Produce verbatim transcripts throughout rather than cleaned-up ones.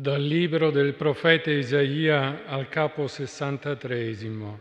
Dal libro del profeta Isaia al capo sessantatreesimo.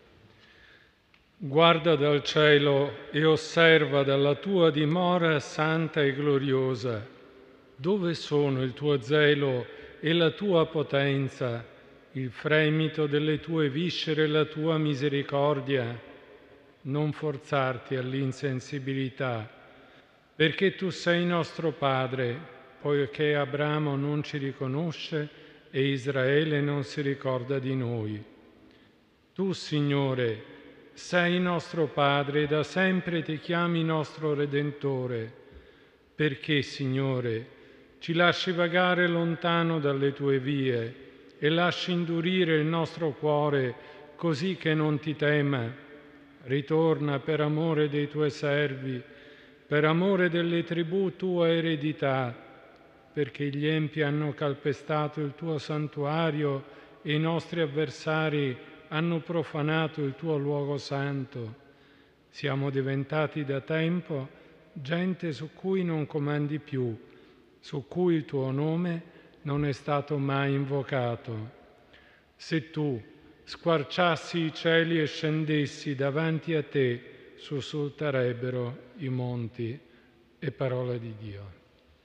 Guarda dal cielo e osserva dalla tua dimora santa e gloriosa. Dove sono il tuo zelo e la tua potenza, il fremito delle tue viscere e la tua misericordia? Non forzarti all'insensibilità, perché tu sei nostro Padre, poiché Abramo non ci riconosce e Israele non si ricorda di noi. Tu, Signore, sei nostro Padre e da sempre ti chiami nostro Redentore. Perché, Signore, ci lasci vagare lontano dalle tue vie e lasci indurire il nostro cuore così che non ti tema? Ritorna per amore dei tuoi servi, per amore delle tribù tua eredità, perché gli empi hanno calpestato il tuo santuario e i nostri avversari hanno profanato il tuo luogo santo. Siamo diventati da tempo gente su cui non comandi più, su cui il tuo nome non è stato mai invocato. Se tu squarciassi i cieli e scendessi davanti a te, sussulterebbero i monti. E parola di Dio.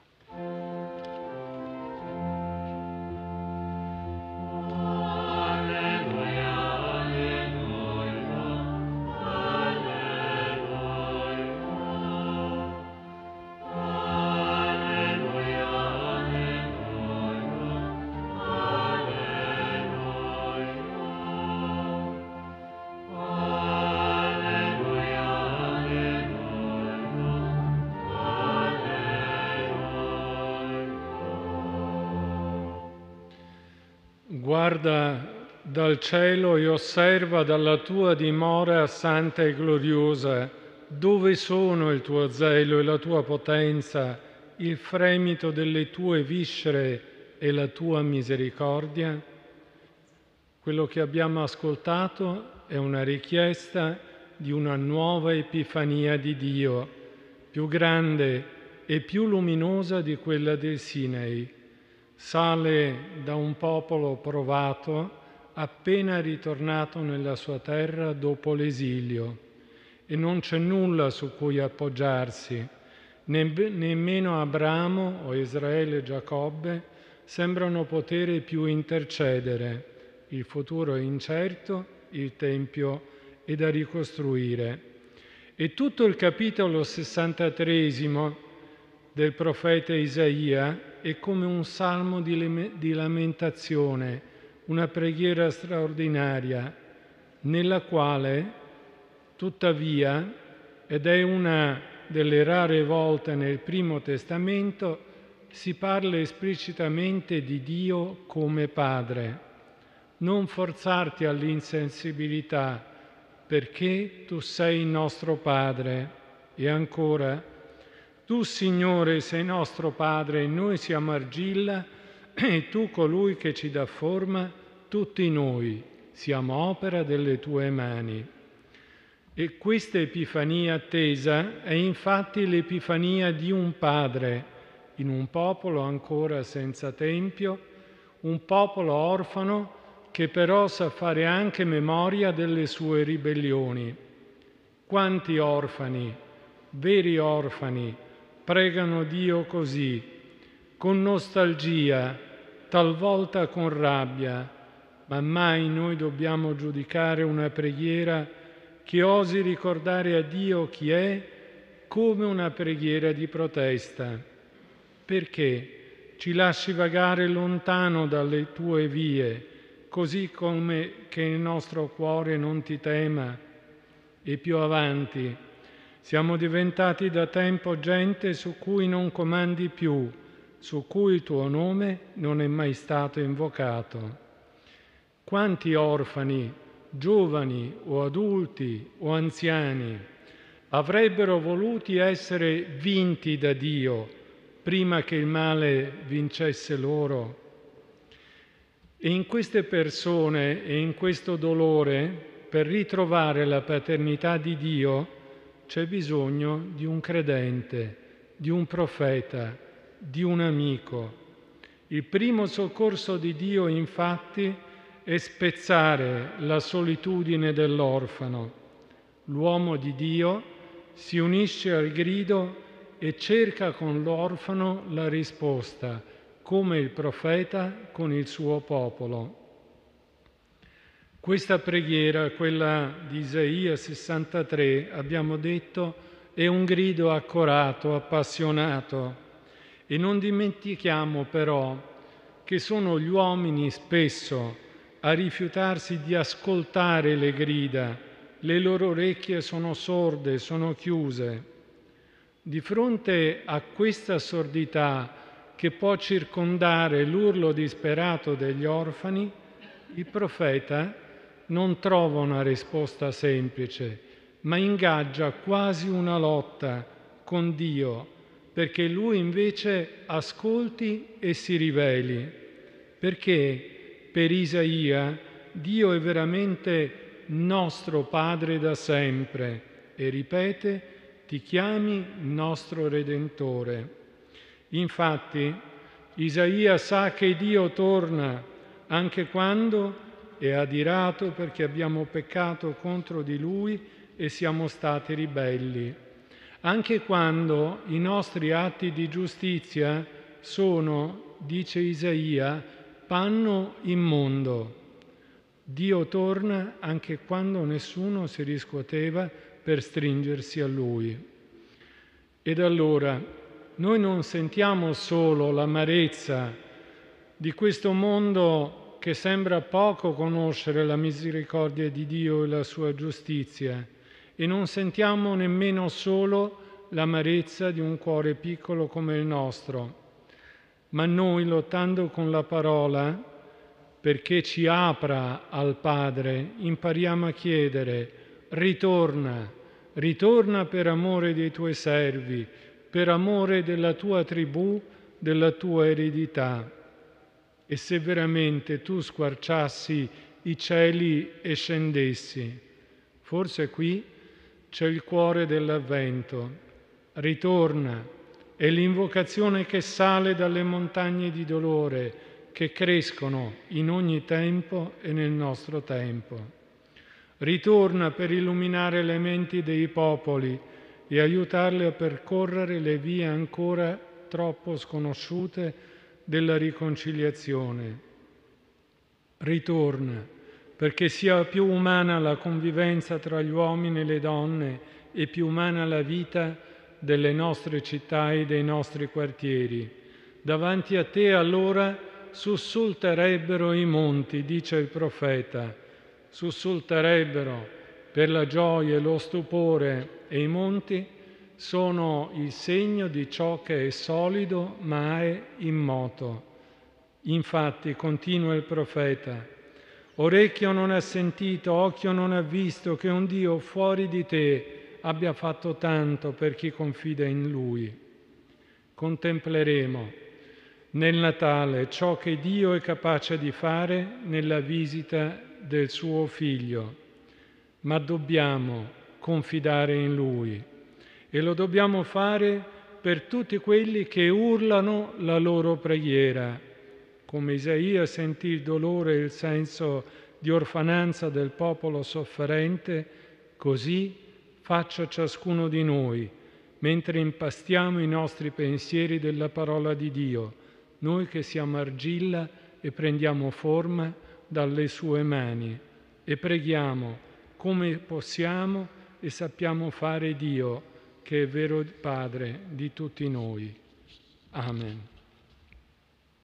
Guarda dal cielo e osserva dalla tua dimora santa e gloriosa. Dove sono il tuo zelo e la tua potenza, il fremito delle tue viscere e la tua misericordia? Quello che abbiamo ascoltato è una richiesta di una nuova epifania di Dio, più grande e più luminosa di quella del Sinai. Sale da un popolo provato, appena ritornato nella sua terra dopo l'esilio, e non c'è nulla su cui appoggiarsi. Nemmeno Abramo o Israele e Giacobbe sembrano poter più intercedere. Il futuro è incerto, il Tempio è da ricostruire. E tutto il capitolo sessantatreesimo del profeta Isaia è come un salmo di lamentazione, una preghiera straordinaria, nella quale, tuttavia, ed è una delle rare volte nel Primo Testamento, si parla esplicitamente di Dio come Padre. Non forzarti all'insensibilità, perché tu sei il nostro Padre. E ancora, tu, Signore, sei nostro Padre, noi siamo argilla e tu colui che ci dà forma, tutti noi siamo opera delle tue mani. E questa epifania attesa è infatti l'epifania di un Padre in un popolo ancora senza tempio, un popolo orfano che però sa fare anche memoria delle sue ribellioni. Quanti orfani, veri orfani, pregano Dio così, con nostalgia, talvolta con rabbia, ma mai noi dobbiamo giudicare una preghiera che osi ricordare a Dio chi è come una preghiera di protesta. Perché ci lasci vagare lontano dalle tue vie, così come che il nostro cuore non ti tema. E più avanti, siamo diventati da tempo gente su cui non comandi più, su cui il tuo nome non è mai stato invocato. Quanti orfani, giovani o adulti o anziani, avrebbero voluti essere vinti da Dio prima che il male vincesse loro? E in queste persone e in questo dolore, per ritrovare la paternità di Dio, c'è bisogno di un credente, di un profeta, di un amico. Il primo soccorso di Dio, infatti, è spezzare la solitudine dell'orfano. L'uomo di Dio si unisce al grido e cerca con l'orfano la risposta, come il profeta con il suo popolo. Questa preghiera, quella di Isaia sessantatré, abbiamo detto, è un grido accorato, appassionato. E non dimentichiamo però che sono gli uomini spesso a rifiutarsi di ascoltare le grida, le loro orecchie sono sorde, sono chiuse. Di fronte a questa sordità che può circondare l'urlo disperato degli orfani, il profeta non trova una risposta semplice, ma ingaggia quasi una lotta con Dio, perché Lui invece ascolti e si riveli. Perché per Isaia Dio è veramente nostro Padre da sempre e ripete: ti chiami nostro Redentore. Infatti, Isaia sa che Dio torna anche quando è adirato perché abbiamo peccato contro di Lui e siamo stati ribelli, anche quando i nostri atti di giustizia sono, dice Isaia, panno immondo. Dio torna anche quando nessuno si riscuoteva per stringersi a Lui. Ed allora noi non sentiamo solo l'amarezza di questo mondo che sembra poco conoscere la misericordia di Dio e la sua giustizia, e non sentiamo nemmeno solo l'amarezza di un cuore piccolo come il nostro, ma noi, lottando con la parola perché ci apra al Padre, impariamo a chiedere: ritorna, ritorna per amore dei tuoi servi, per amore della tua tribù, della tua eredità. E se veramente tu squarciassi i cieli e scendessi, forse qui c'è il cuore dell'Avvento. Ritorna, è l'invocazione che sale dalle montagne di dolore, che crescono in ogni tempo e nel nostro tempo. Ritorna per illuminare le menti dei popoli e aiutarli a percorrere le vie ancora troppo sconosciute della riconciliazione. Ritorna perché sia più umana la convivenza tra gli uomini e le donne e più umana la vita delle nostre città e dei nostri quartieri. Davanti a te allora sussulterebbero i monti, dice il profeta, sussulterebbero per la gioia e lo stupore, e i monti sono il segno di ciò che è solido ma è immoto. Infatti, continua il profeta, orecchio non ha sentito, occhio non ha visto che un Dio fuori di te abbia fatto tanto per chi confida in Lui. Contempleremo nel Natale ciò che Dio è capace di fare nella visita del suo Figlio, ma dobbiamo confidare in Lui e lo dobbiamo fare per tutti quelli che urlano la loro preghiera. Come Isaia sentì il dolore e il senso di orfananza del popolo sofferente, così faccia ciascuno di noi, mentre impastiamo i nostri pensieri della parola di Dio, noi che siamo argilla e prendiamo forma dalle sue mani, e preghiamo come possiamo e sappiamo fare Dio, che è vero Padre di tutti noi. Amen.